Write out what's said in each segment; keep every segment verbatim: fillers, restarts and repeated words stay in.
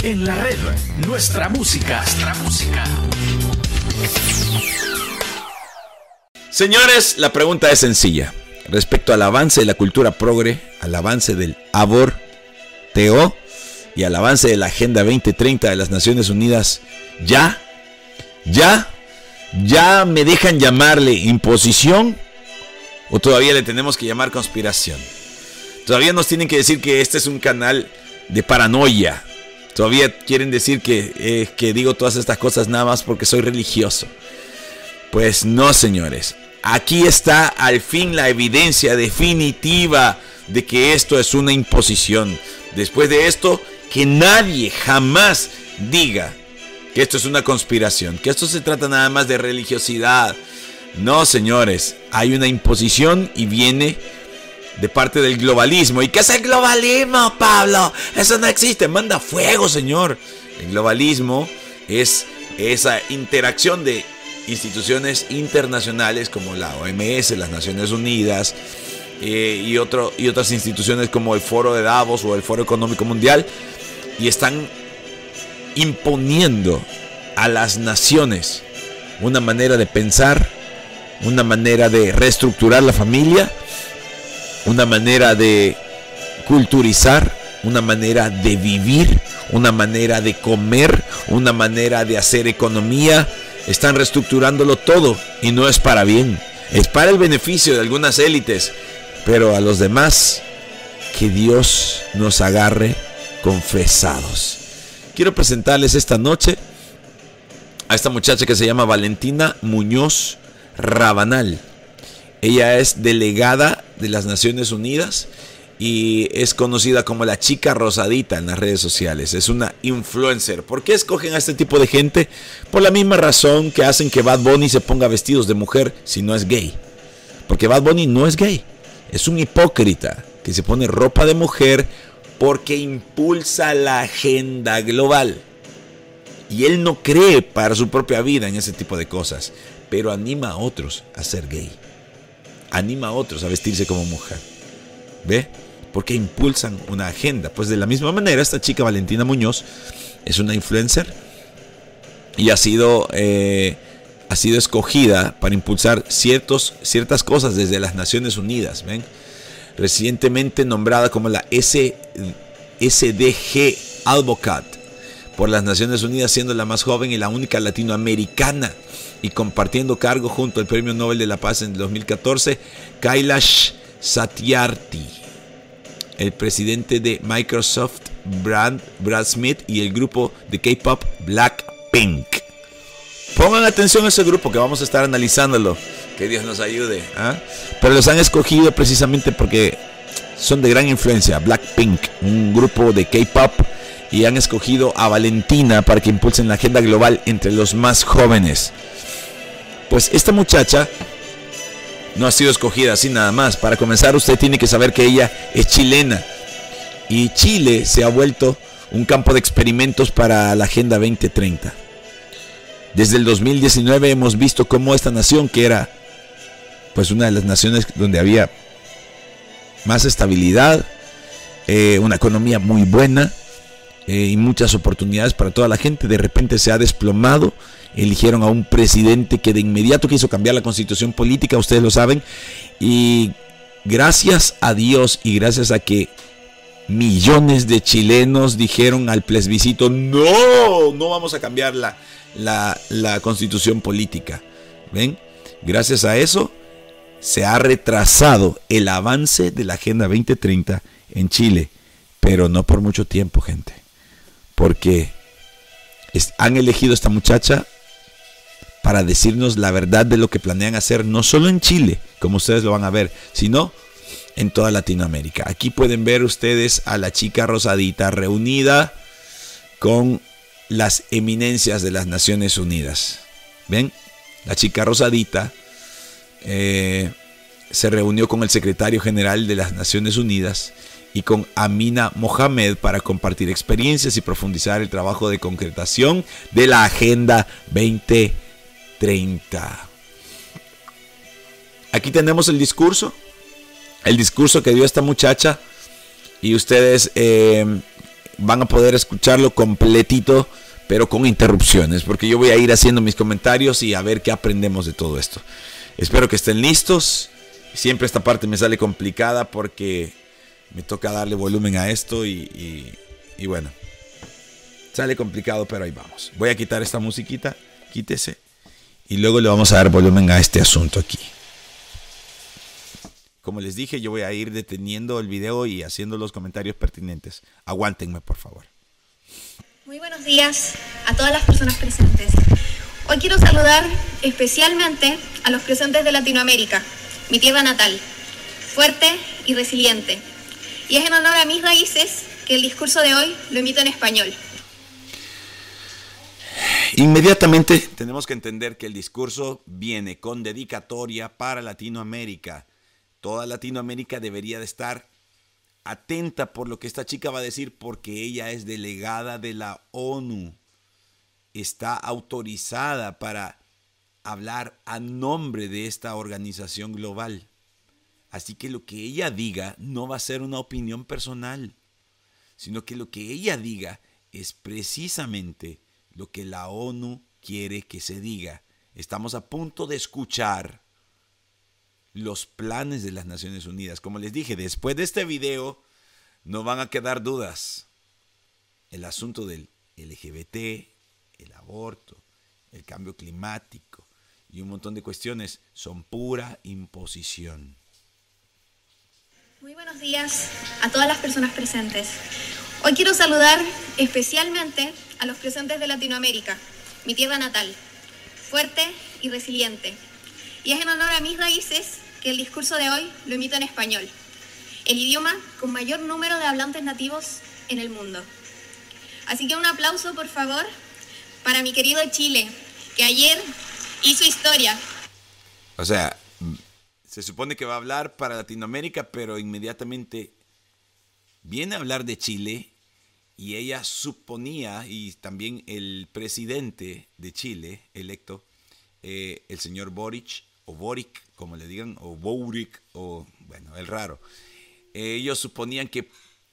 En la red, nuestra música. Nuestra música. Señores, la pregunta es sencilla. Respecto al avance de la cultura progre, al avance del aborteo y al avance de la Agenda veinte treinta de las Naciones Unidas, ¿ya? ¿Ya? ¿Ya me dejan llamarle imposición? ¿O todavía le tenemos que llamar conspiración? Todavía nos tienen que decir que este es un canal de paranoia. Todavía quieren decir que, eh, que digo todas estas cosas nada más porque soy religioso. Pues no, señores. Aquí está al fin la evidencia definitiva de que esto es una imposición. Después de esto, que nadie jamás diga que esto es una conspiración, que esto se trata nada más de religiosidad. No, señores, hay una imposición y viene de parte del globalismo. ¿Y qué es el globalismo, Pablo? Eso no existe. Manda fuego, señor. El globalismo es esa interacción de instituciones internacionales como la O M S, las Naciones Unidas eh, y, otro, y otras instituciones como el Foro de Davos o el Foro Económico Mundial, y están imponiendo a las naciones una manera de pensar, una manera de reestructurar la familia, una manera de culturizar, una manera de vivir, una manera de comer, una manera de hacer economía. Están reestructurándolo todo y no es para bien. Es para el beneficio de algunas élites, pero a los demás, que Dios nos agarre confesados. Quiero presentarles esta noche a esta muchacha que se llama Valentina Muñoz Rabanal. Ella es delegada de las Naciones Unidas y es conocida como la chica rosadita en las redes sociales. Es una influencer. ¿Por qué escogen a este tipo de gente? Por la misma razón que hacen que Bad Bunny se ponga vestidos de mujer si no es gay. Porque Bad Bunny no es gay. Es un hipócrita que se pone ropa de mujer porque impulsa la agenda global. Y él no cree para su propia vida en ese tipo de cosas, pero anima a otros a ser gay. Anima a otros a vestirse como mujer. ¿Ve? Porque impulsan una agenda. Pues de la misma manera, esta chica Valentina Muñoz es una influencer y ha sido, eh, ha sido escogida para impulsar ciertos, ciertas cosas desde las Naciones Unidas. ¿Ven? Recientemente nombrada como la S D G Advocate por las Naciones Unidas, siendo la más joven y la única latinoamericana, y compartiendo cargo junto al Premio Nobel de la Paz en el dos mil catorce, Kailash Satyarthi, el presidente de Microsoft, Brad, Brad Smith, y el grupo de K-pop Blackpink. Pongan atención a ese grupo que vamos a estar analizándolo. Que Dios nos ayude. ¿eh? Pero los han escogido precisamente porque son de gran influencia. Blackpink, un grupo de K-pop, y han escogido a Valentina para que impulsen la agenda global entre los más jóvenes. Pues esta muchacha no ha sido escogida así nada más. Para comenzar, usted tiene que saber que ella es chilena. Y Chile se ha vuelto un campo de experimentos para la Agenda veinte treinta. Desde el dos mil diecinueve hemos visto cómo esta nación, que era pues una de las naciones donde había más estabilidad, eh, una economía muy buena eh, y muchas oportunidades para toda la gente, de repente se ha desplomado. Eligieron a un presidente que de inmediato quiso cambiar la constitución política, ustedes lo saben, y gracias a Dios y gracias a que millones de chilenos dijeron al plebiscito: no, no vamos a cambiar la, la, la constitución política. ¿Ven? Gracias a eso se ha retrasado el avance de la Agenda veinte treinta en Chile, pero no por mucho tiempo, gente, porque es, han elegido a esta muchacha para decirnos la verdad de lo que planean hacer, no solo en Chile, como ustedes lo van a ver, sino en toda Latinoamérica. Aquí pueden ver ustedes a la chica rosadita reunida con las eminencias de las Naciones Unidas. ¿Ven? La chica rosadita eh, se reunió con el secretario general de las Naciones Unidas y con Amina Mohamed para compartir experiencias y profundizar el trabajo de concretación de la Agenda veinte treinta. Aquí tenemos el discurso, el discurso que dio esta muchacha, y ustedes eh, van a poder escucharlo completito, pero con interrupciones, porque yo voy a ir haciendo mis comentarios y a ver qué aprendemos de todo esto. Espero que estén listos. Siempre esta parte me sale complicada porque me toca darle volumen a esto y, y, y bueno, sale complicado, pero ahí vamos. Voy a quitar esta musiquita, quítese, y luego le vamos a dar volumen a este asunto aquí. Como les dije, yo voy a ir deteniendo el video y haciendo los comentarios pertinentes. Aguántenme, por favor. Muy buenos días a todas las personas presentes. Hoy quiero saludar especialmente a los presentes de Latinoamérica, mi tierra natal, fuerte y resiliente. Y es en honor a mis raíces que el discurso de hoy lo emito en español. Inmediatamente tenemos que entender que el discurso viene con dedicatoria para Latinoamérica. Toda Latinoamérica debería de estar atenta por lo que esta chica va a decir, porque ella es delegada de la ONU. Está autorizada para hablar a nombre de esta organización global. Así que lo que ella diga no va a ser una opinión personal, sino que lo que ella diga es precisamente lo que la ONU quiere que se diga. Estamos a punto de escuchar los planes de las Naciones Unidas. Como les dije, después de este video no van a quedar dudas. El asunto del L G B T, el aborto, el cambio climático y un montón de cuestiones son pura imposición. Muy buenos días a todas las personas presentes. Hoy quiero saludar especialmente a los presentes de Latinoamérica, mi tierra natal, fuerte y resiliente. Y es en honor a mis raíces que el discurso de hoy lo emito en español, el idioma con mayor número de hablantes nativos en el mundo. Así que un aplauso, por favor, para mi querido Chile, que ayer hizo historia. O sea, se supone que va a hablar para Latinoamérica, pero inmediatamente viene a hablar de Chile y ella suponía, y también el presidente de Chile electo, eh, el señor Boric, o Boric, como le digan, o Boric, o bueno, el raro. Eh, ellos suponían que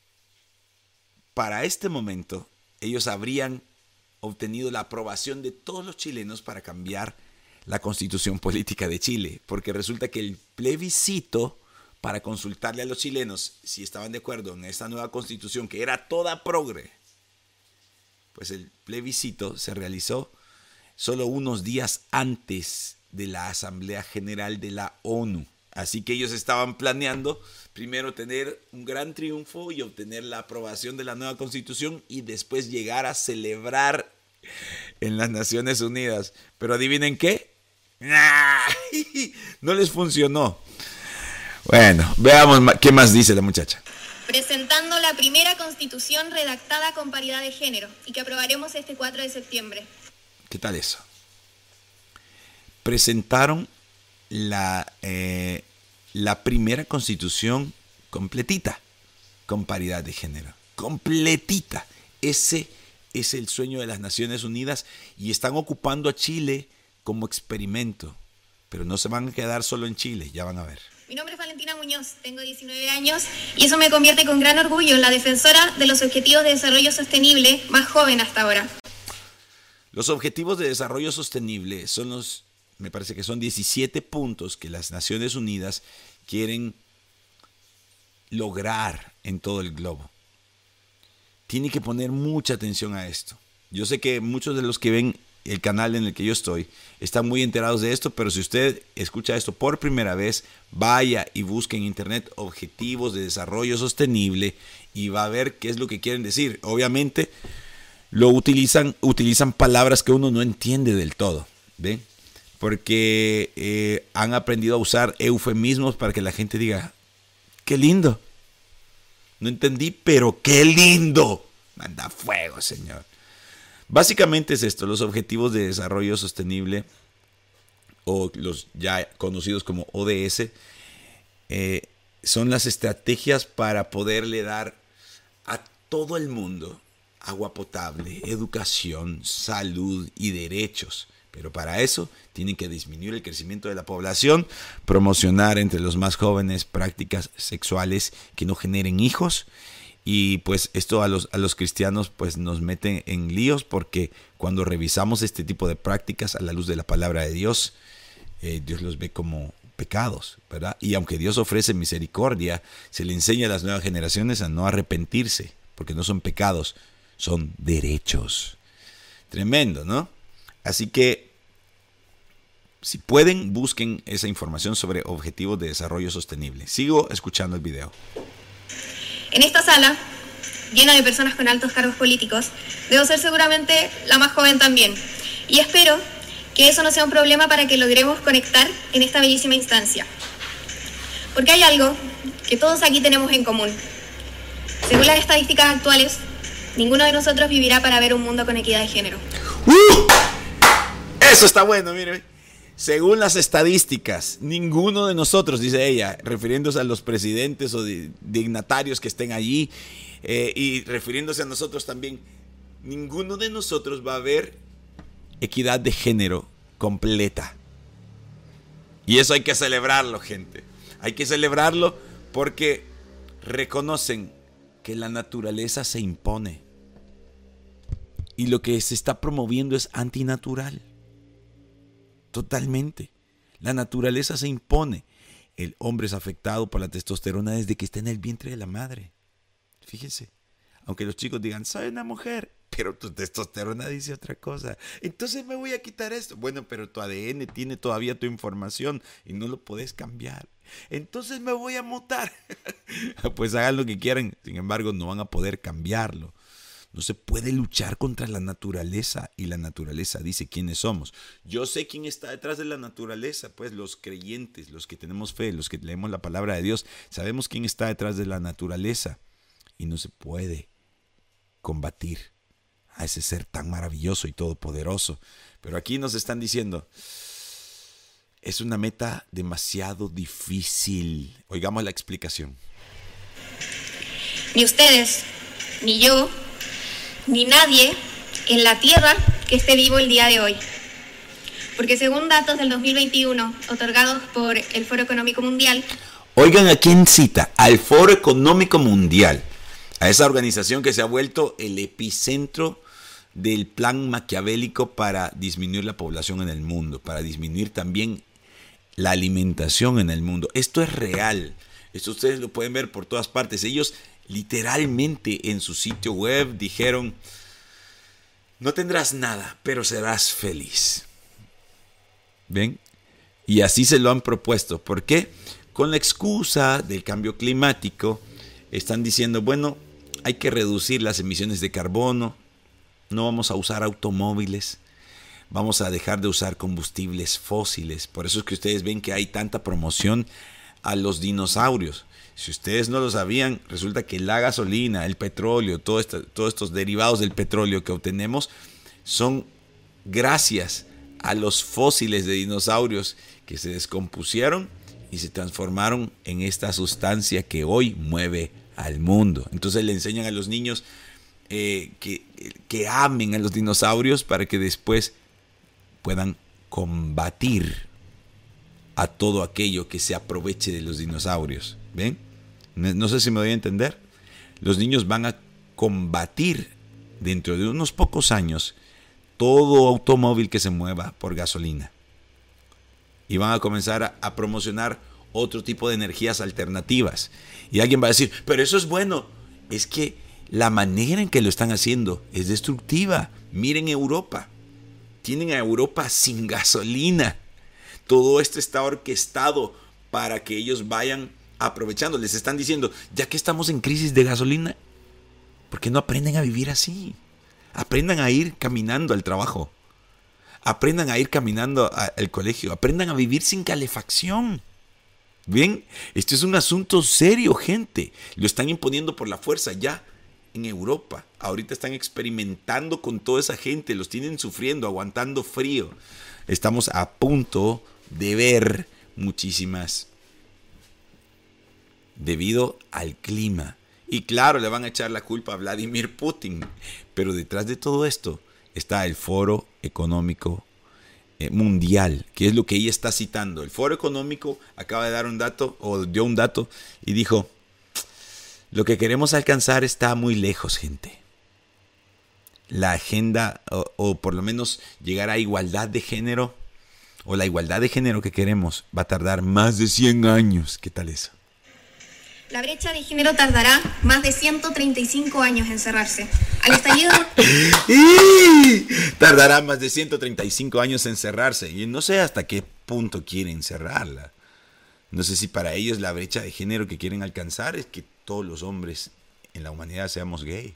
para este momento ellos habrían obtenido la aprobación de todos los chilenos para cambiar la constitución política de Chile, porque resulta que el plebiscito para consultarle a los chilenos si estaban de acuerdo en esta nueva constitución, que era toda progre, pues el plebiscito se realizó solo unos días antes de la Asamblea General de la ONU. Así que ellos estaban planeando primero tener un gran triunfo y obtener la aprobación de la nueva constitución y después llegar a celebrar en las Naciones Unidas. Pero adivinen qué, no les funcionó. Bueno, veamos qué más dice la muchacha. Presentando la primera constitución redactada con paridad de género y que aprobaremos este cuatro de septiembre. ¿Qué tal eso? Presentaron la, eh, la primera constitución completita con paridad de género. Completita. Ese es el sueño de las Naciones Unidas y están ocupando a Chile como experimento. Pero no se van a quedar solo en Chile, ya van a ver. Mi nombre es Valentina Muñoz, tengo diecinueve años y eso me convierte con gran orgullo en la defensora de los Objetivos de Desarrollo Sostenible más joven hasta ahora. Los Objetivos de Desarrollo Sostenible son los, me parece que son diecisiete puntos que las Naciones Unidas quieren lograr en todo el globo. Tiene que poner mucha atención a esto. Yo sé que muchos de los que ven el canal en el que yo estoy están muy enterados de esto, pero si usted escucha esto por primera vez, vaya y busque en internet Objetivos de Desarrollo Sostenible y va a ver qué es lo que quieren decir. Obviamente lo utilizan, utilizan palabras que uno no entiende del todo, ¿ven? Porque eh, han aprendido a usar eufemismos para que la gente diga, qué lindo. No entendí, pero qué lindo. Manda fuego, señor. Básicamente es esto, los Objetivos de Desarrollo Sostenible, o los ya conocidos como O D S, eh, son las estrategias para poderle dar a todo el mundo agua potable, educación, salud y derechos. Pero para eso tienen que disminuir el crecimiento de la población, promocionar entre los más jóvenes prácticas sexuales que no generen hijos Y pues esto a los, a los cristianos pues nos mete en líos, porque cuando revisamos este tipo de prácticas a la luz de la palabra de Dios, eh, Dios los ve como pecados, ¿verdad? Y aunque Dios ofrece misericordia, se le enseña a las nuevas generaciones a no arrepentirse, porque no son pecados, son derechos. Tremendo, ¿no? Así que, si pueden, busquen esa información sobre objetivos de desarrollo sostenible. Sigo escuchando el video. En esta sala, llena de personas con altos cargos políticos, debo ser seguramente la más joven también. Y espero que eso no sea un problema para que logremos conectar en esta bellísima instancia. Porque hay algo que todos aquí tenemos en común. Según las estadísticas actuales, ninguno de nosotros vivirá para ver un mundo con equidad de género. ¡Uh! Eso está bueno, mire. Según las estadísticas, ninguno de nosotros, dice ella, refiriéndose a los presidentes o dignatarios que estén allí, eh, y refiriéndose a nosotros también, ninguno de nosotros va a ver equidad de género completa. Y eso hay que celebrarlo, gente. Hay que celebrarlo porque reconocen que la naturaleza se impone. Y lo que se está promoviendo es antinatural. Totalmente. La naturaleza se impone. El hombre es afectado por la testosterona desde que está en el vientre de la madre. Fíjense. Aunque los chicos digan, soy una mujer, pero tu testosterona dice otra cosa. Entonces me voy a quitar esto. Bueno, pero tu A D N tiene todavía tu información y no lo puedes cambiar. Entonces me voy a mutar. Pues hagan lo que quieran. Sin embargo, no van a poder cambiarlo. No se puede luchar contra la naturaleza, y la naturaleza dice quiénes somos. Yo sé quién está detrás de la naturaleza, pues los creyentes, los que tenemos fe, los que leemos la palabra de Dios, sabemos quién está detrás de la naturaleza, y no se puede combatir a ese ser tan maravilloso y todopoderoso. Pero aquí nos están diciendo, es una meta demasiado difícil. Oigamos la explicación. Ni ustedes, ni yo, ni nadie en la Tierra que esté vivo el día de hoy. Porque según datos del dos mil veintiuno otorgados por el Foro Económico Mundial... Oigan a quién cita, al Foro Económico Mundial, a esa organización que se ha vuelto el epicentro del plan maquiavélico para disminuir la población en el mundo, para disminuir también la alimentación en el mundo. Esto es real, esto ustedes lo pueden ver por todas partes. Ellos literalmente en su sitio web dijeron, no tendrás nada, pero serás feliz. ¿Ven? Y así se lo han propuesto. ¿Por qué? Con la excusa del cambio climático, están diciendo, bueno, hay que reducir las emisiones de carbono, no vamos a usar automóviles, vamos a dejar de usar combustibles fósiles. Por eso es que ustedes ven que hay tanta promoción a los dinosaurios. Si ustedes no lo sabían, resulta que la gasolina, el petróleo, todo esto, todos estos derivados del petróleo que obtenemos son gracias a los fósiles de dinosaurios que se descompusieron y se transformaron en esta sustancia que hoy mueve al mundo. Entonces le enseñan a los niños eh, que, que amen a los dinosaurios para que después puedan combatir a todo aquello que se aproveche de los dinosaurios. ¿Ven? No sé si me doy a entender. Los niños van a combatir dentro de unos pocos años todo automóvil que se mueva por gasolina. Y van a comenzar a, a promocionar otro tipo de energías alternativas. Y alguien va a decir, pero eso es bueno. Es que la manera en que lo están haciendo es destructiva. Miren Europa. Tienen a Europa sin gasolina. Todo esto está orquestado para que ellos vayan aprovechando. Les están diciendo, ya que estamos en crisis de gasolina, ¿por qué no aprenden a vivir así? Aprendan a ir caminando al trabajo. Aprendan a ir caminando a, al colegio. Aprendan a vivir sin calefacción. ¿Bien? Esto es un asunto serio, gente. Lo están imponiendo por la fuerza ya en Europa. Ahorita están experimentando con toda esa gente. Los tienen sufriendo, aguantando frío. Estamos a punto de ver muchísimas debido al clima. Y claro, le van a echar la culpa a Vladimir Putin. Pero detrás de todo esto está el Foro Económico eh, Mundial, que es lo que ella está citando. El Foro Económico acaba de dar un dato, o dio un dato, y dijo, Lo que queremos alcanzar está muy lejos, gente. La agenda, o, o por lo menos llegar a igualdad de género, o la igualdad de género que queremos, va a tardar más de cien años. ¿Qué tal eso? La brecha de género tardará más de ciento treinta y cinco años en cerrarse. Al estallido... ¡Y! Tardará más de ciento treinta y cinco años en cerrarse. Y no sé hasta qué punto quieren cerrarla. No sé si para ellos la brecha de género que quieren alcanzar es que todos los hombres en la humanidad seamos gay.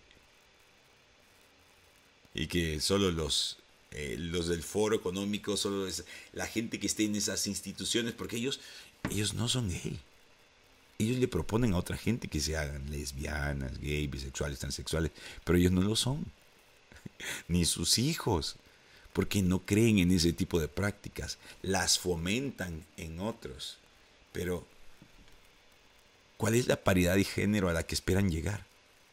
Y que solo los, eh, los del foro económico, solo es la gente que esté en esas instituciones, porque ellos, ellos no son gay. Ellos le proponen a otra gente que se hagan lesbianas, gay, bisexuales, transexuales, pero ellos no lo son. Ni sus hijos, porque no creen en ese tipo de prácticas. Las fomentan en otros. Pero, ¿cuál es la paridad de género a la que esperan llegar?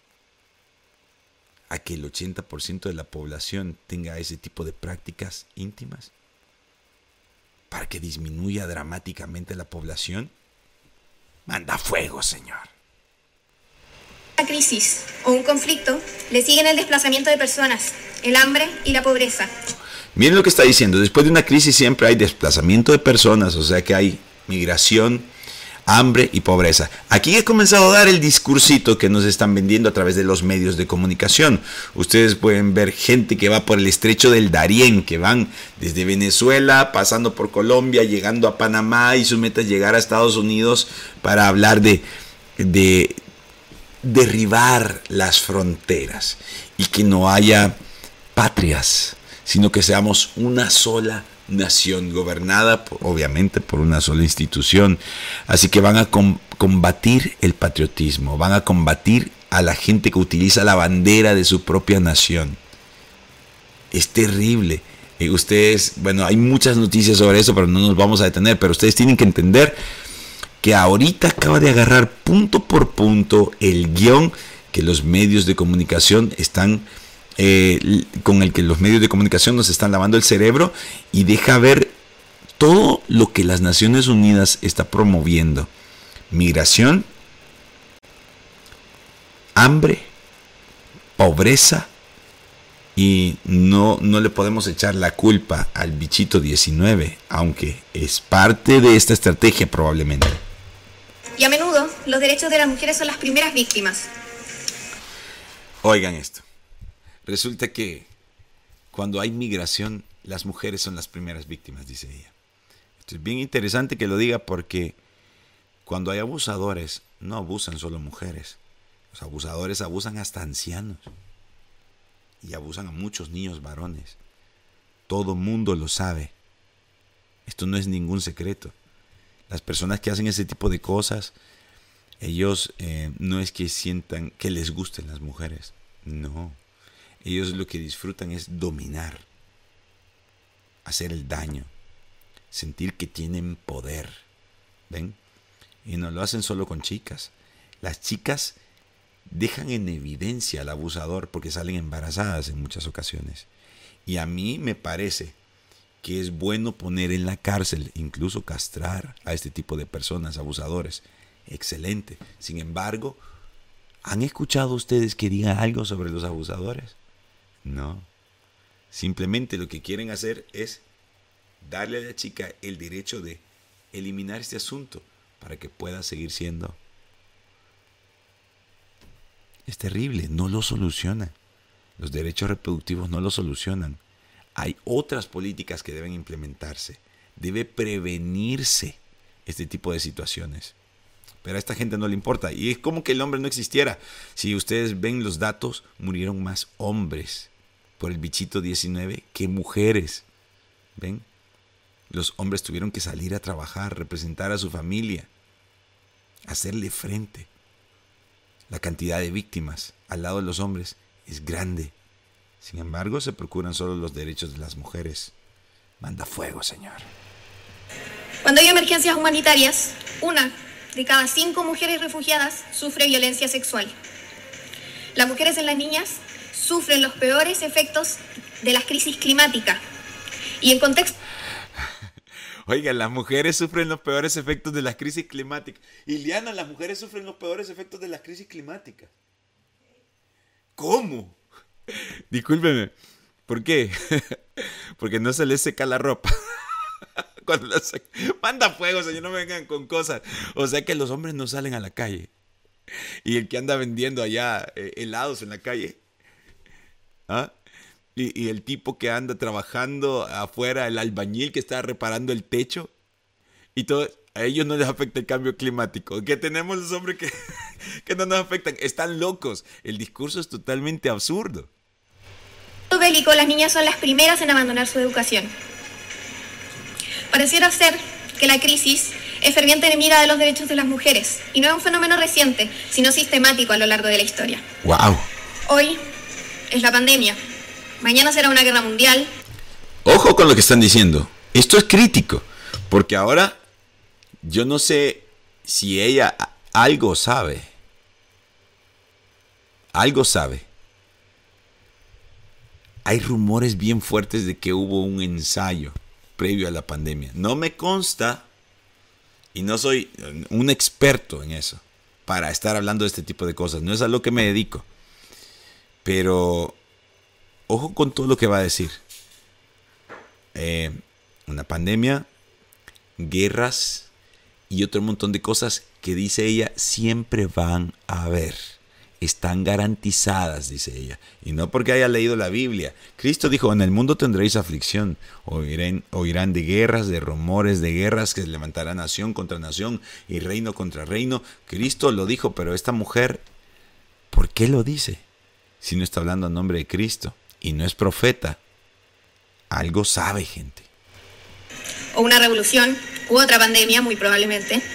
¿A que el ochenta por ciento de la población tenga ese tipo de prácticas íntimas? ¿Para que disminuya dramáticamente la población? Manda fuego, Señor. Una crisis o un conflicto le siguen el desplazamiento de personas, el hambre y la pobreza. Miren lo que está diciendo. Después de una crisis siempre hay desplazamiento de personas, o sea que hay migración, hambre y pobreza. Aquí he comenzado a dar el discursito que nos están vendiendo a través de los medios de comunicación. Ustedes pueden ver gente que va por el estrecho del Darién, que van desde Venezuela, pasando por Colombia, llegando a Panamá, y su meta es llegar a Estados Unidos para hablar de, de derribar las fronteras y que no haya patrias, sino que seamos una sola nación gobernada, por, obviamente, por una sola institución. Así que van a com- combatir el patriotismo, van a combatir a la gente que utiliza la bandera de su propia nación. Es terrible. Eh, ustedes, bueno, hay muchas noticias sobre eso, pero no nos vamos a detener. Pero ustedes tienen que entender que ahorita acaba de agarrar punto por punto el guión que los medios de comunicación están Eh, con el que los medios de comunicación nos están lavando el cerebro, y deja ver todo lo que las Naciones Unidas está promoviendo: migración, hambre, pobreza, y no, no le podemos echar la culpa al bichito diecinueve, aunque es parte de esta estrategia probablemente. Y a menudo los derechos de las mujeres son las primeras víctimas. Oigan esto. Resulta que cuando hay migración, las mujeres son las primeras víctimas, dice ella. Esto es bien interesante que lo diga, porque cuando hay abusadores, no abusan solo mujeres. Los abusadores abusan hasta ancianos. Y abusan a muchos niños varones. Todo mundo lo sabe. Esto no es ningún secreto. Las personas que hacen ese tipo de cosas, ellos eh, no es que sientan que les gusten las mujeres. No. Ellos lo que disfrutan es dominar, hacer el daño, sentir que tienen poder. ¿Ven? Y no lo hacen solo con chicas. Las chicas dejan en evidencia al abusador porque salen embarazadas en muchas ocasiones. Y a mí me parece que es bueno poner en la cárcel, incluso castrar a este tipo de personas, abusadores. Excelente. Sin embargo, ¿han escuchado ustedes que digan algo sobre los abusadores? No. Simplemente lo que quieren hacer es darle a la chica el derecho de eliminar este asunto para que pueda seguir siendo. Es terrible, no lo solucionan. Los derechos reproductivos no lo solucionan. Hay otras políticas que deben implementarse. Debe prevenirse este tipo de situaciones. Pero a esta gente no le importa. Y es como que el hombre no existiera. Si ustedes ven los datos, murieron más hombres por el bichito diecinueve que mujeres. ¿Ven? Los hombres tuvieron que salir a trabajar, representar a su familia, hacerle frente. La cantidad de víctimas al lado de los hombres es grande. Sin embargo, se procuran solo los derechos de las mujeres. Manda fuego, Señor. Cuando hay emergencias humanitarias, una de cada cinco mujeres refugiadas sufre violencia sexual. Las mujeres y las niñas sufren los peores efectos de la crisis climática. Y en contexto... Oigan, las mujeres sufren los peores efectos de las crisis climáticas. Iliana, las mujeres sufren los peores efectos de las crisis climáticas. ¿Cómo? Discúlpeme. ¿Por qué? Porque no se les seca la ropa. Cuando la seca. Manda fuego, señor, no me vengan con cosas. O sea que los hombres no salen a la calle. Y el que anda vendiendo allá eh, helados en la calle. ¿Ah? Y, y el tipo que anda trabajando afuera, el albañil que está reparando el techo. Y todo, a ellos no les afecta el cambio climático. Que tenemos los hombres que, que no nos afectan. Están locos. El discurso es totalmente absurdo. Bélico, las niñas son las primeras en abandonar su educación. Pareciera ser que la crisis es ferviente enemiga de los derechos de las mujeres. Y no es un fenómeno reciente, sino sistemático a lo largo de la historia. ¡Wow! Hoy es la pandemia. Mañana será una guerra mundial. Ojo con lo que están diciendo. Esto es crítico. Porque ahora yo no sé si ella algo sabe. Algo sabe. Hay rumores bien fuertes de que hubo un ensayo previo a la pandemia. No me consta y no soy un experto en eso para estar hablando de este tipo de cosas. No es a lo que me dedico. Pero ojo con todo lo que va a decir. Eh, una pandemia, guerras y otro montón de cosas que dice ella siempre van a haber. Están garantizadas, dice ella. Y no porque haya leído la Biblia. Cristo dijo, en el mundo tendréis aflicción. Oirán, oirán de guerras, de rumores de guerras, que se levantará nación contra nación y reino contra reino. Cristo lo dijo, pero esta mujer, ¿por qué lo dice? Si no está hablando en nombre de Cristo y no es profeta. Algo sabe, gente. O una revolución, u otra pandemia, muy probablemente.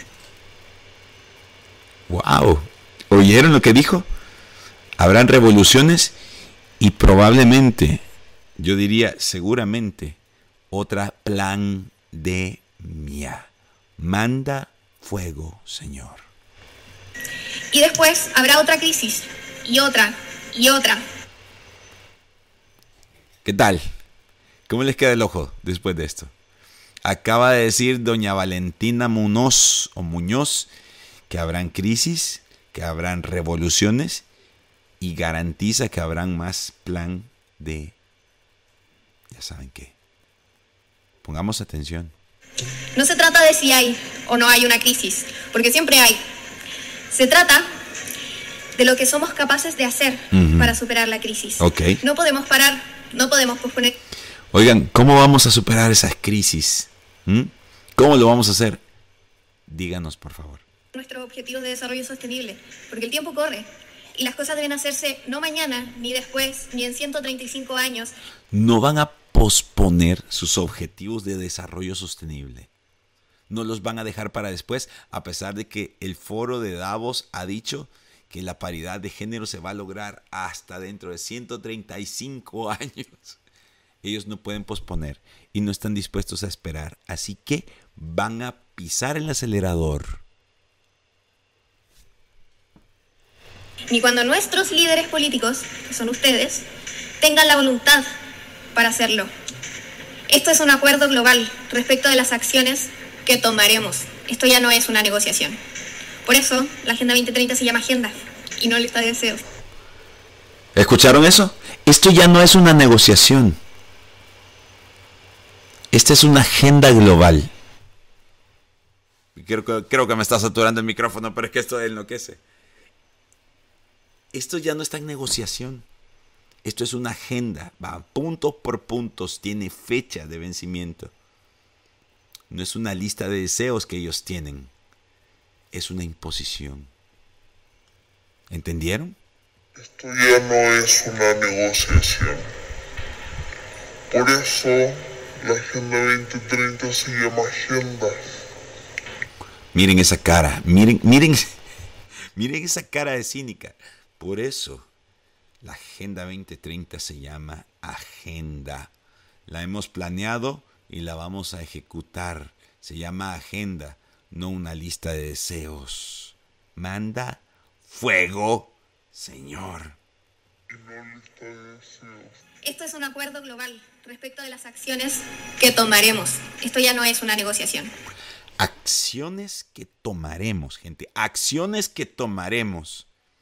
¡Wow! ¿Oyeron lo que dijo? Habrán revoluciones y probablemente, yo diría seguramente, otra pandemia. Manda fuego, Señor. Y después habrá otra crisis, y otra, y otra. ¿Qué tal? ¿Cómo les queda el ojo después de esto? Acaba de decir doña Valentina Munoz o Muñoz que habrán crisis, que habrán revoluciones y garantiza que habrán más plan de, ya saben qué. Pongamos atención. No se trata de si hay o no hay una crisis, porque siempre hay. Se trata de lo que somos capaces de hacer uh-huh. para superar la crisis. Okay. No podemos parar, no podemos posponer. Oigan, ¿cómo vamos a superar esas crisis? ¿Mm? ¿Cómo lo vamos a hacer? Díganos, por favor. Nuestros objetivos de desarrollo sostenible, porque el tiempo corre y las cosas deben hacerse no mañana, ni después, ni en ciento treinta y cinco años. No van a posponer sus objetivos de desarrollo sostenible. No los van a dejar para después, a pesar de que el foro de Davos ha dicho que la paridad de género se va a lograr hasta dentro de ciento treinta y cinco años. Ellos no pueden posponer y no están dispuestos a esperar. Así que van a pisar el acelerador. Ni cuando nuestros líderes políticos, que son ustedes, tengan la voluntad para hacerlo. Esto es un acuerdo global respecto de las acciones que tomaremos. Esto ya no es una negociación. Por eso, la Agenda veinte treinta se llama Agenda y no lista de deseos. ¿Escucharon eso? Esto ya no es una negociación. Esta es una agenda global. Creo, creo que me está saturando el micrófono, pero es que esto enloquece. Esto ya no está en negociación. Esto es una agenda. Va puntos por puntos. Tiene fecha de vencimiento. No es una lista de deseos que ellos tienen. Es una imposición. ¿Entendieron? Esto ya no es una negociación. Por eso la Agenda veinte treinta se llama Agenda. Miren esa cara. Miren, miren, miren esa cara de cínica. Por eso, la Agenda veinte treinta se llama Agenda. La hemos planeado y la vamos a ejecutar. Se llama Agenda, no una lista de deseos. Manda fuego, Señor. y no lista de deseos. Esto es un acuerdo global respecto de las acciones que tomaremos. Esto ya no es una negociación. Acciones que tomaremos, gente. Acciones que tomaremos.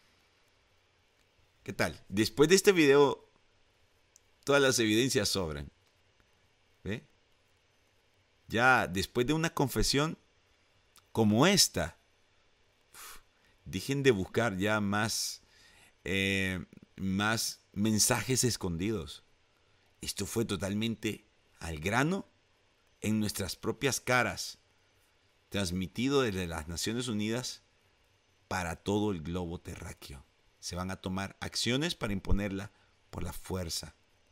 ¿Qué tal? Después de este video, todas las evidencias sobran. ¿Ve? Ya después de una confesión como esta, uf, dejen de buscar ya más, eh, más mensajes escondidos. Esto fue totalmente al grano, en nuestras propias caras, transmitido desde las Naciones Unidas para todo el globo terráqueo. Se van a tomar acciones para imponerla por la fuerza.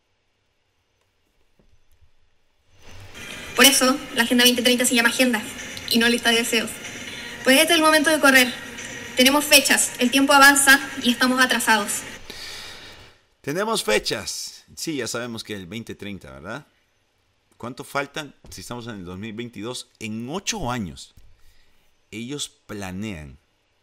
Por eso, la Agenda veinte treinta se llama Agenda y no lista de deseos. Pues este es el momento de correr. Tenemos fechas, el tiempo avanza y estamos atrasados. Tenemos fechas. Sí, ya sabemos que el veinte treinta, ¿verdad? ¿Cuánto faltan? Si estamos en el dos mil veintidós, en ocho años, ellos planean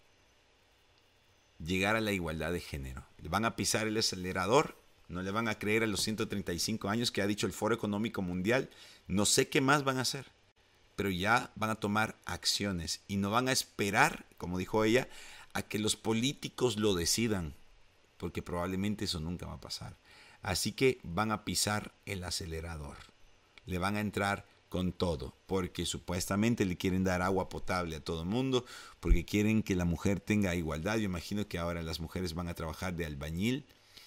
llegar a la igualdad de género. Le van a pisar el acelerador, no le van a creer a los ciento treinta y cinco años que ha dicho el Foro Económico Mundial. No sé qué más van a hacer, pero ya van a tomar acciones y no van a esperar, como dijo ella, a que los políticos lo decidan, porque probablemente eso nunca va a pasar. Así que van a pisar el acelerador. Le van a entrar con todo, porque supuestamente le quieren dar agua potable a todo el mundo, porque quieren que la mujer tenga igualdad. Yo imagino que ahora las mujeres van a trabajar de albañil,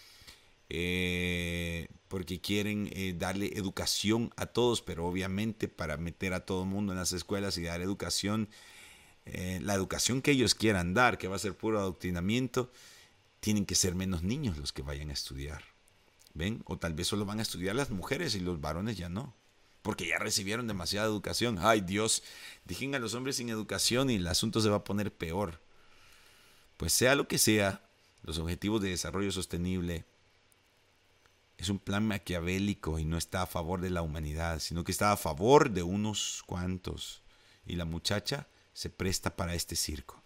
eh, porque quieren eh, darle educación a todos, pero obviamente para meter a todo el mundo en las escuelas y dar educación, eh, la educación que ellos quieran dar, que va a ser puro adoctrinamiento, tienen que ser menos niños los que vayan a estudiar. ¿Ven? O tal vez solo van a estudiar las mujeres y los varones ya no, porque ya recibieron demasiada educación. Ay Dios, dejen a los hombres sin educación y el asunto se va a poner peor. Pues sea lo que sea, los objetivos de desarrollo sostenible es un plan maquiavélico y no está a favor de la humanidad, sino que está a favor de unos cuantos. Y la muchacha se presta para este circo.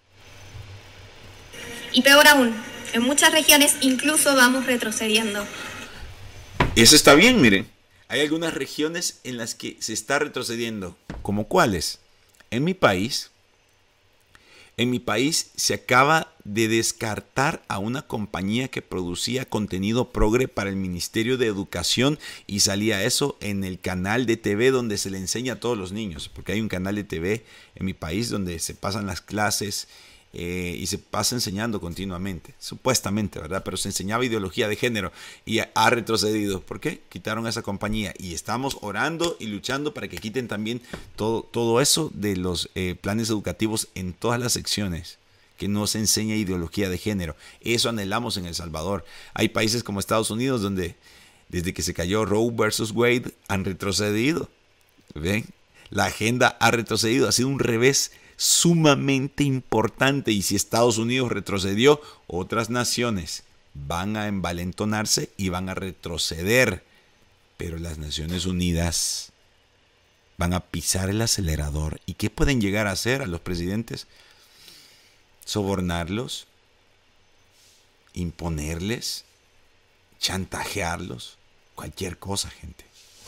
Y peor aún, en muchas regiones incluso vamos retrocediendo. Eso está bien, miren. Hay algunas regiones en las que se está retrocediendo. ¿Como cuáles? En mi país, en mi país se acaba de descartar a una compañía que producía contenido progre para el Ministerio de Educación y salía eso en el canal de T V donde se le enseña a todos los niños. Porque hay un canal de T V en mi país donde se pasan las clases Eh, y se pasa enseñando continuamente, supuestamente, ¿verdad? Pero se enseñaba ideología de género y ha, ha retrocedido. ¿Por qué? Quitaron a esa compañía y estamos orando y luchando para que quiten también todo, todo eso de los eh, planes educativos en todas las secciones, que no se enseña ideología de género. Eso anhelamos en El Salvador. Hay países como Estados Unidos donde desde que se cayó Roe versus Wade han retrocedido. ¿Ven? La agenda ha retrocedido, ha sido un revés sumamente importante, y si Estados Unidos retrocedió, otras naciones van a envalentonarse y van a retroceder, pero las Naciones Unidas van a pisar el acelerador. ¿Y qué pueden llegar a hacer a los presidentes? Sobornarlos, imponerles, chantajearlos, cualquier cosa, gente.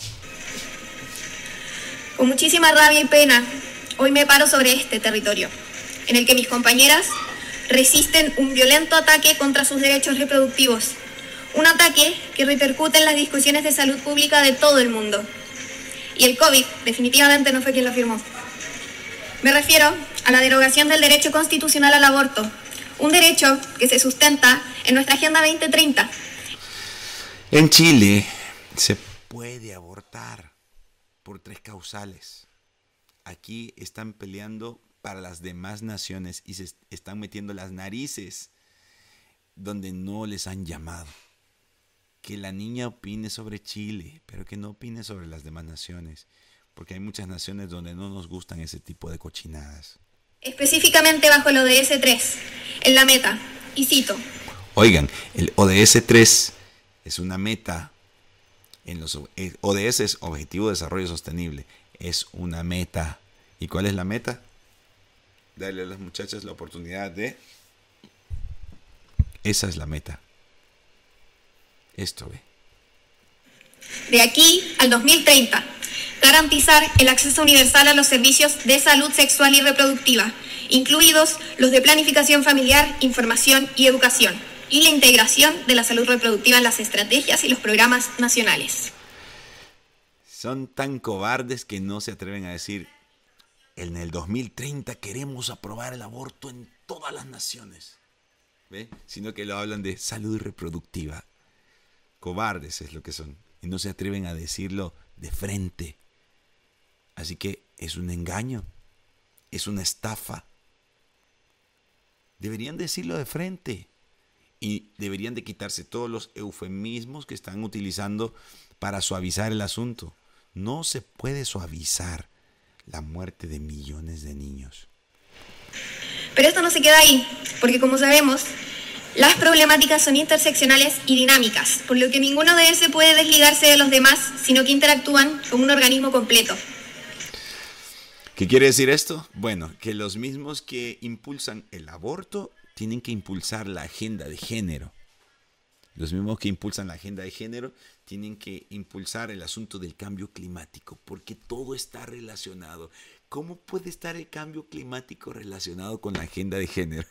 Con muchísima rabia y pena, hoy me paro sobre este territorio, en el que mis compañeras resisten un violento ataque contra sus derechos reproductivos. Un ataque que repercute en las discusiones de salud pública de todo el mundo. Y el COVID definitivamente no fue quien lo firmó. Me refiero a la derogación del derecho constitucional al aborto, un derecho que se sustenta en nuestra Agenda veinte treinta. En Chile se puede abortar por tres causales. Aquí están peleando para las demás naciones y se están metiendo las narices donde no les han llamado. Que la niña opine sobre Chile, pero que no opine sobre las demás naciones, porque hay muchas naciones donde no nos gustan ese tipo de cochinadas. Específicamente bajo el O D S tres, en la meta, y cito. Oigan, el O D S tres es una meta, en los O D S es Objetivo de Desarrollo Sostenible, es una meta. ¿Y cuál es la meta? Darle a las muchachas la oportunidad de... Esa es la meta. Esto ve. De aquí al dos mil treinta, garantizar el acceso universal a los servicios de salud sexual y reproductiva, incluidos los de planificación familiar, información y educación, y la integración de la salud reproductiva en las estrategias y los programas nacionales. Son tan cobardes que no se atreven a decir, en el dos mil treinta queremos aprobar el aborto en todas las naciones. ¿Ve? Sino que lo hablan de salud reproductiva. Cobardes es lo que son. Y no se atreven a decirlo de frente. Así que es un engaño. Es una estafa. Deberían decirlo de frente. Y deberían de quitarse todos los eufemismos que están utilizando para suavizar el asunto. No se puede suavizar la muerte de millones de niños. Pero esto no se queda ahí, porque como sabemos, las problemáticas son interseccionales y dinámicas, por lo que ninguno de ellos se puede desligarse de los demás, sino que interactúan como un organismo completo. ¿Qué quiere decir esto? Bueno, que los mismos que impulsan el aborto tienen que impulsar la agenda de género. Los mismos que impulsan la agenda de género tienen que impulsar el asunto del cambio climático, porque todo está relacionado. ¿Cómo puede estar el cambio climático relacionado con la agenda de género?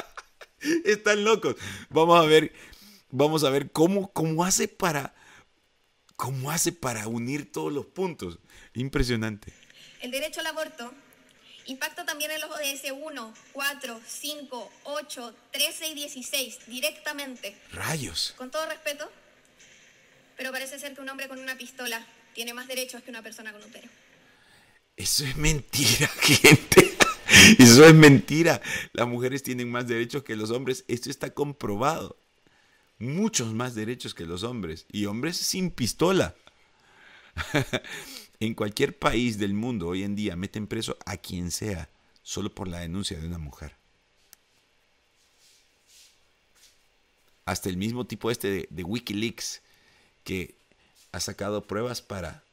Están locos. Vamos a ver, vamos a ver cómo, cómo hace para, cómo hace para unir todos los puntos. Impresionante. El derecho al aborto impacta también en los O D S uno, cuatro, cinco, ocho, trece y dieciséis directamente. Rayos. Con todo respeto, pero parece ser que un hombre con una pistola tiene más derechos que una persona con útero. Eso es mentira, gente. Eso es mentira. Las mujeres tienen más derechos que los hombres. Esto está comprobado. Muchos más derechos que los hombres. Y hombres sin pistola. En cualquier país del mundo hoy en día meten preso a quien sea solo por la denuncia de una mujer. Hasta el mismo tipo este de, de Wikileaks que ha sacado pruebas para...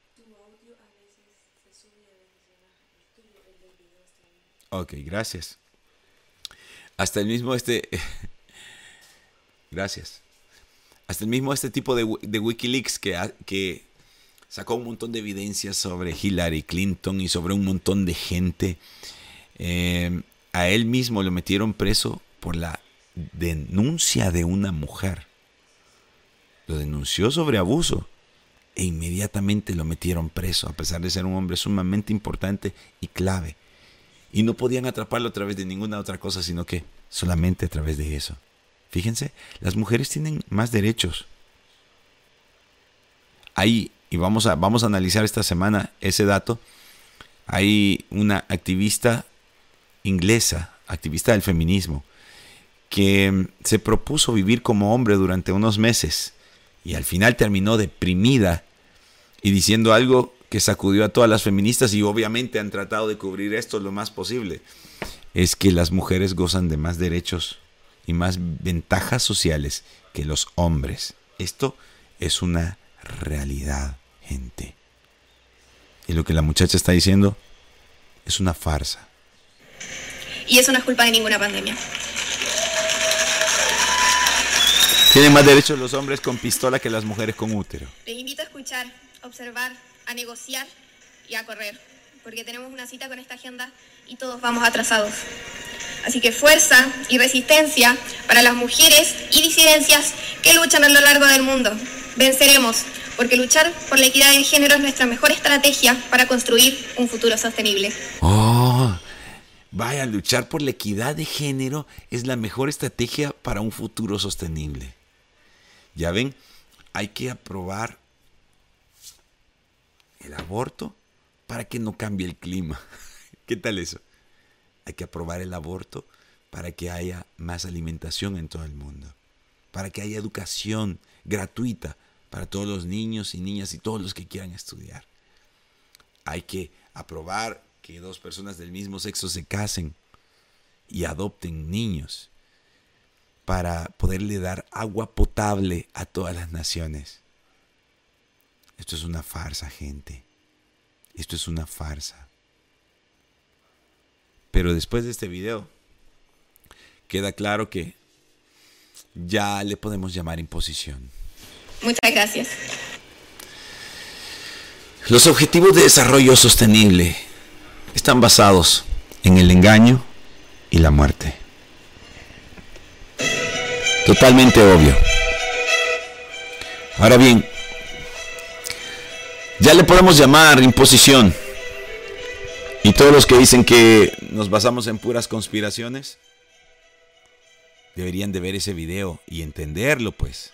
Ok, gracias. Hasta el mismo este... gracias. Hasta el mismo este tipo de, de Wikileaks que... que sacó un montón de evidencias sobre Hillary Clinton y sobre un montón de gente. Eh, a él mismo lo metieron preso por la denuncia de una mujer. Lo denunció sobre abuso e inmediatamente lo metieron preso, a pesar de ser un hombre sumamente importante y clave. Y no podían atraparlo a través de ninguna otra cosa, sino que solamente a través de eso. Fíjense, las mujeres tienen más derechos. Hay... Y vamos a, vamos a analizar esta semana ese dato. Hay una activista inglesa, activista del feminismo, que se propuso vivir como hombre durante unos meses y al final terminó deprimida y diciendo algo que sacudió a todas las feministas y obviamente han tratado de cubrir esto lo más posible. Es que las mujeres gozan de más derechos y más ventajas sociales que los hombres. Esto es una realidad, gente. Y lo que la muchacha está diciendo es una farsa. Y eso no es culpa de ninguna pandemia. Tienen más derechos los hombres con pistola que las mujeres con útero. Les invito a escuchar, a observar, a negociar y a correr, porque tenemos una cita con esta agenda y todos vamos atrasados. Así que fuerza y resistencia para las mujeres y disidencias que luchan a lo largo del mundo. Venceremos, porque luchar por la equidad de género es nuestra mejor estrategia para construir un futuro sostenible. Oh, vaya, luchar por la equidad de género es la mejor estrategia para un futuro sostenible. Ya ven, hay que aprobar el aborto para que no cambie el clima. ¿Qué tal eso? Hay que aprobar el aborto para que haya más alimentación en todo el mundo, para que haya educación gratuita para todos los niños y niñas y todos los que quieran estudiar. Hay que aprobar que dos personas del mismo sexo se casen y adopten niños para poderle dar agua potable a todas las naciones. Esto es una farsa, gente. Esto es una farsa. Pero después de este video, queda claro que ya le podemos llamar imposición. Muchas gracias. Los objetivos de desarrollo sostenible están basados en el engaño y la muerte. Totalmente obvio. Ahora bien, ya le podemos llamar imposición. Y todos los que dicen que nos basamos en puras conspiraciones, deberían de ver ese video y entenderlo, pues.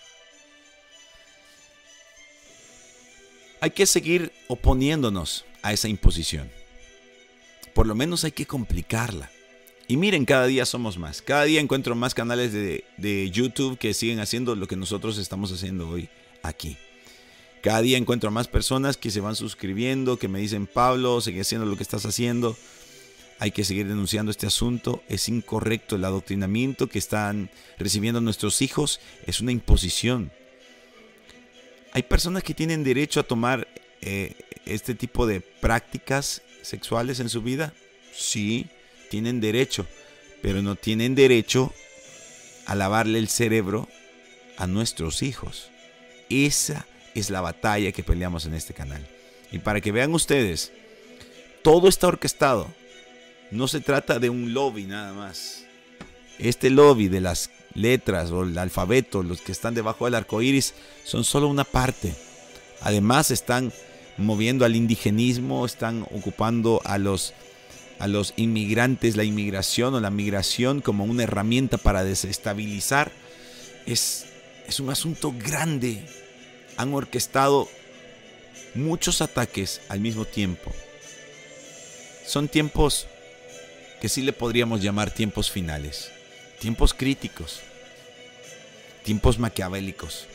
Hay que seguir oponiéndonos a esa imposición. Por lo menos hay que complicarla. Y miren, cada día somos más. Cada día encuentro más canales de, de YouTube que siguen haciendo lo que nosotros estamos haciendo hoy aquí. Cada día encuentro más personas que se van suscribiendo, que me dicen: Pablo, sigue haciendo lo que estás haciendo. Hay que seguir denunciando este asunto. Es incorrecto el adoctrinamiento que están recibiendo nuestros hijos. Es una imposición. Hay personas que tienen derecho a tomar eh, este tipo de prácticas sexuales en su vida. Sí, tienen derecho, pero no tienen derecho a lavarle el cerebro a nuestros hijos. Esa es la batalla que peleamos en este canal. Y para que vean ustedes, todo está orquestado. No se trata de un lobby nada más. Este lobby de las letras o el alfabeto, los que están debajo del arco iris, son solo una parte. Además están moviendo al indigenismo, están ocupando a los, a los inmigrantes, la inmigración o la migración como una herramienta para desestabilizar. Es, es un asunto grande. Han orquestado muchos ataques al mismo tiempo. Son tiempos que sí le podríamos llamar tiempos finales, tiempos críticos, tiempos maquiavélicos,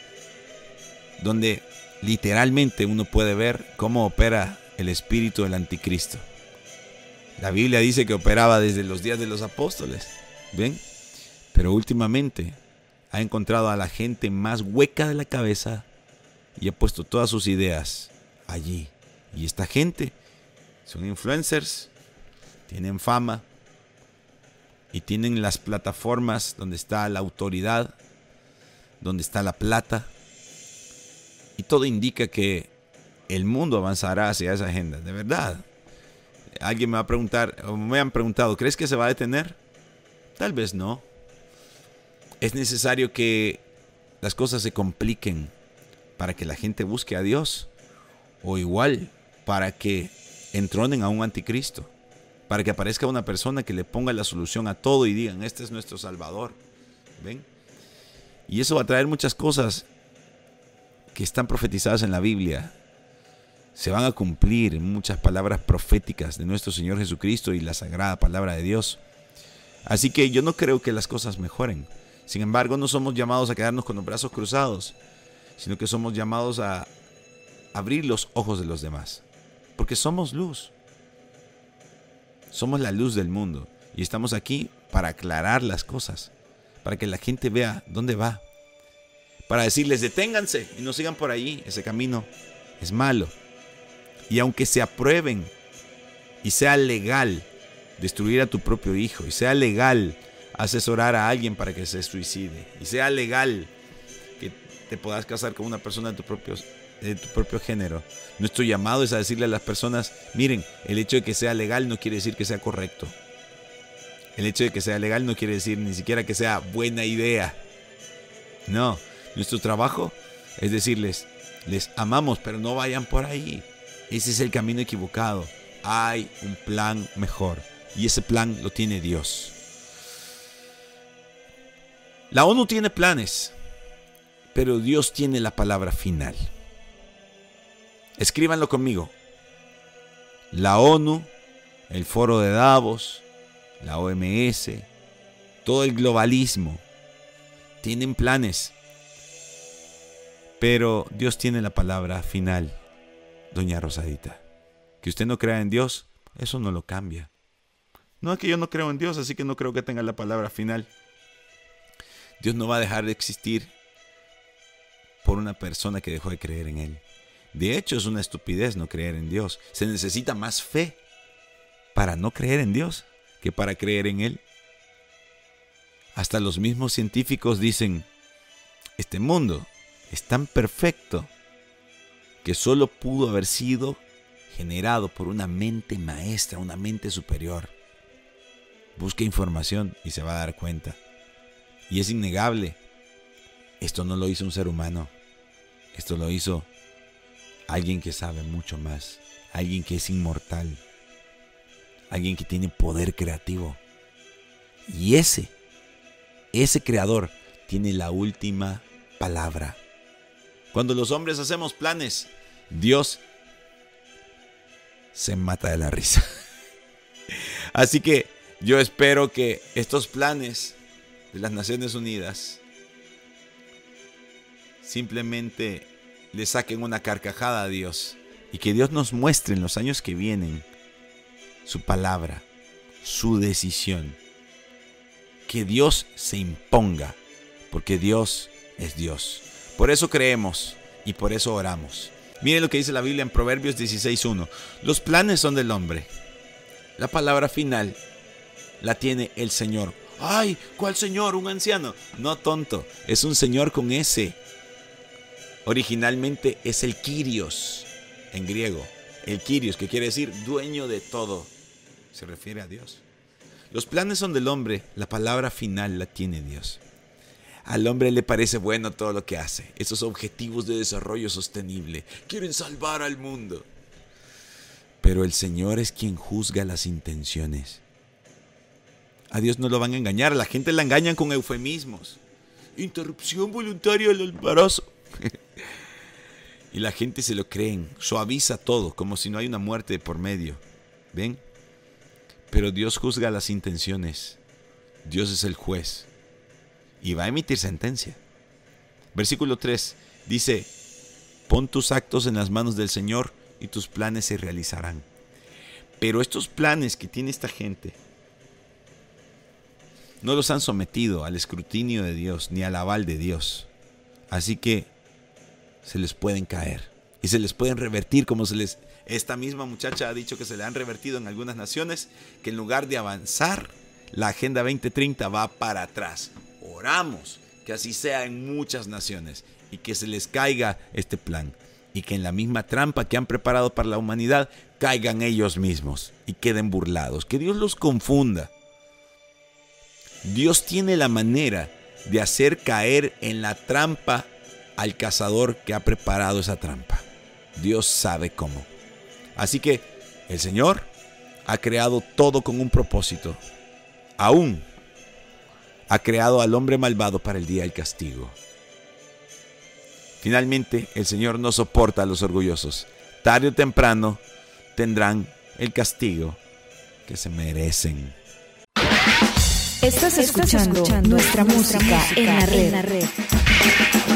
donde literalmente uno puede ver cómo opera el espíritu del anticristo. La Biblia dice que operaba desde los días de los apóstoles, ¿ven? Pero últimamente ha encontrado a la gente más hueca de la cabeza y ha puesto todas sus ideas allí. Y esta gente son influencers, tienen fama y tienen las plataformas donde está la autoridad, donde está la plata. Y todo indica que el mundo avanzará hacia esa agenda. De verdad. Alguien me va a preguntar, o me han preguntado, ¿crees que se va a detener? Tal vez no. Es necesario que las cosas se compliquen para que la gente busque a Dios, o igual para que entronen a un anticristo, para que aparezca una persona que le ponga la solución a todo y digan: este es nuestro Salvador. ¿Ven? Y eso va a traer muchas cosas que están profetizadas en la Biblia. Se van a cumplir muchas palabras proféticas de nuestro Señor Jesucristo y la sagrada palabra de Dios. Así que yo no creo que las cosas mejoren. Sin embargo, no somos llamados a quedarnos con los brazos cruzados, sino que somos llamados a abrir los ojos de los demás. Porque somos luz. Somos la luz del mundo. Y estamos aquí para aclarar las cosas. Para que la gente vea dónde va. Para decirles: deténganse y no sigan por ahí. Ese camino es malo. Y aunque se aprueben y sea legal destruir a tu propio hijo, y sea legal asesorar a alguien para que se suicide, y sea legal que te puedas casar con una persona de tu propio, de tu propio género, nuestro llamado es a decirle a las personas: miren, el hecho de que sea legal no quiere decir que sea correcto. El hecho de que sea legal no quiere decir ni siquiera que sea buena idea. No, nuestro trabajo es decirles: les amamos, pero no vayan por ahí. Ese es el camino equivocado. Hay un plan mejor, y ese plan lo tiene Dios. La ONU tiene planes, pero Dios tiene la palabra final. Escríbanlo conmigo. La ONU, el Foro de Davos, la O M S, todo el globalismo tienen planes, pero Dios tiene la palabra final. Doña Rosadita, que usted no crea en Dios, eso no lo cambia. No es que yo no creo en Dios, así que no creo que tenga la palabra final. Dios no va a dejar de existir por una persona que dejó de creer en Él. De hecho, es una estupidez no creer en Dios. Se necesita más fe para no creer en Dios que para creer en Él. Hasta los mismos científicos dicen: este mundo es tan perfecto que solo pudo haber sido generado por una mente maestra, una mente superior. Busque información y se va a dar cuenta. Y es innegable. Esto no lo hizo un ser humano. Esto lo hizo alguien que sabe mucho más. Alguien que es inmortal. Alguien que tiene poder creativo. Y ese, ese creador tiene la última palabra. Cuando los hombres hacemos planes, Dios se mata de la risa. Así que yo espero que estos planes de las Naciones Unidas simplemente le saquen una carcajada a Dios y que Dios nos muestre en los años que vienen su palabra, su decisión. Que Dios se imponga, porque Dios es Dios. Por eso creemos y por eso oramos. Miren lo que dice la Biblia en Proverbios dieciséis uno. Los planes son del hombre. La palabra final la tiene el Señor. ¡Ay! ¿Cuál Señor? ¿Un anciano? No, tonto. Es un Señor con S. Originalmente es el Kyrios en griego. El Kyrios, que quiere decir dueño de todo. Se refiere a Dios. Los planes son del hombre. La palabra final la tiene Dios. Al hombre le parece bueno todo lo que hace. Esos objetivos de desarrollo sostenible. Quieren salvar al mundo. Pero el Señor es quien juzga las intenciones. A Dios no lo van a engañar. A la gente la engañan con eufemismos. Interrupción voluntaria del embarazo. Y la gente se lo creen. Suaviza todo, como si no hay una muerte por medio. ¿Ven? Pero Dios juzga las intenciones. Dios es el juez. Y va a emitir sentencia. Versículo tres dice: pon tus actos en las manos del Señor y tus planes se realizarán. Pero estos planes que tiene esta gente no los han sometido al escrutinio de Dios ni al aval de Dios. Así que se les pueden caer y se les pueden revertir, como se les esta misma muchacha ha dicho que se le han revertido en algunas naciones, que en lugar de avanzar, la Agenda veinte treinta va para atrás. Oramos que así sea en muchas naciones y que se les caiga este plan y que en la misma trampa que han preparado para la humanidad caigan ellos mismos y queden burlados. Que Dios los confunda. Dios tiene la manera de hacer caer en la trampa al cazador que ha preparado esa trampa. Dios sabe cómo. Así que el Señor ha creado todo con un propósito. Aún ha creado al hombre malvado para el día del castigo. Finalmente, el Señor no soporta a los orgullosos. Tarde o temprano tendrán el castigo que se merecen. Estás escuchando, Estás escuchando nuestra, nuestra música, música en la red. En la red.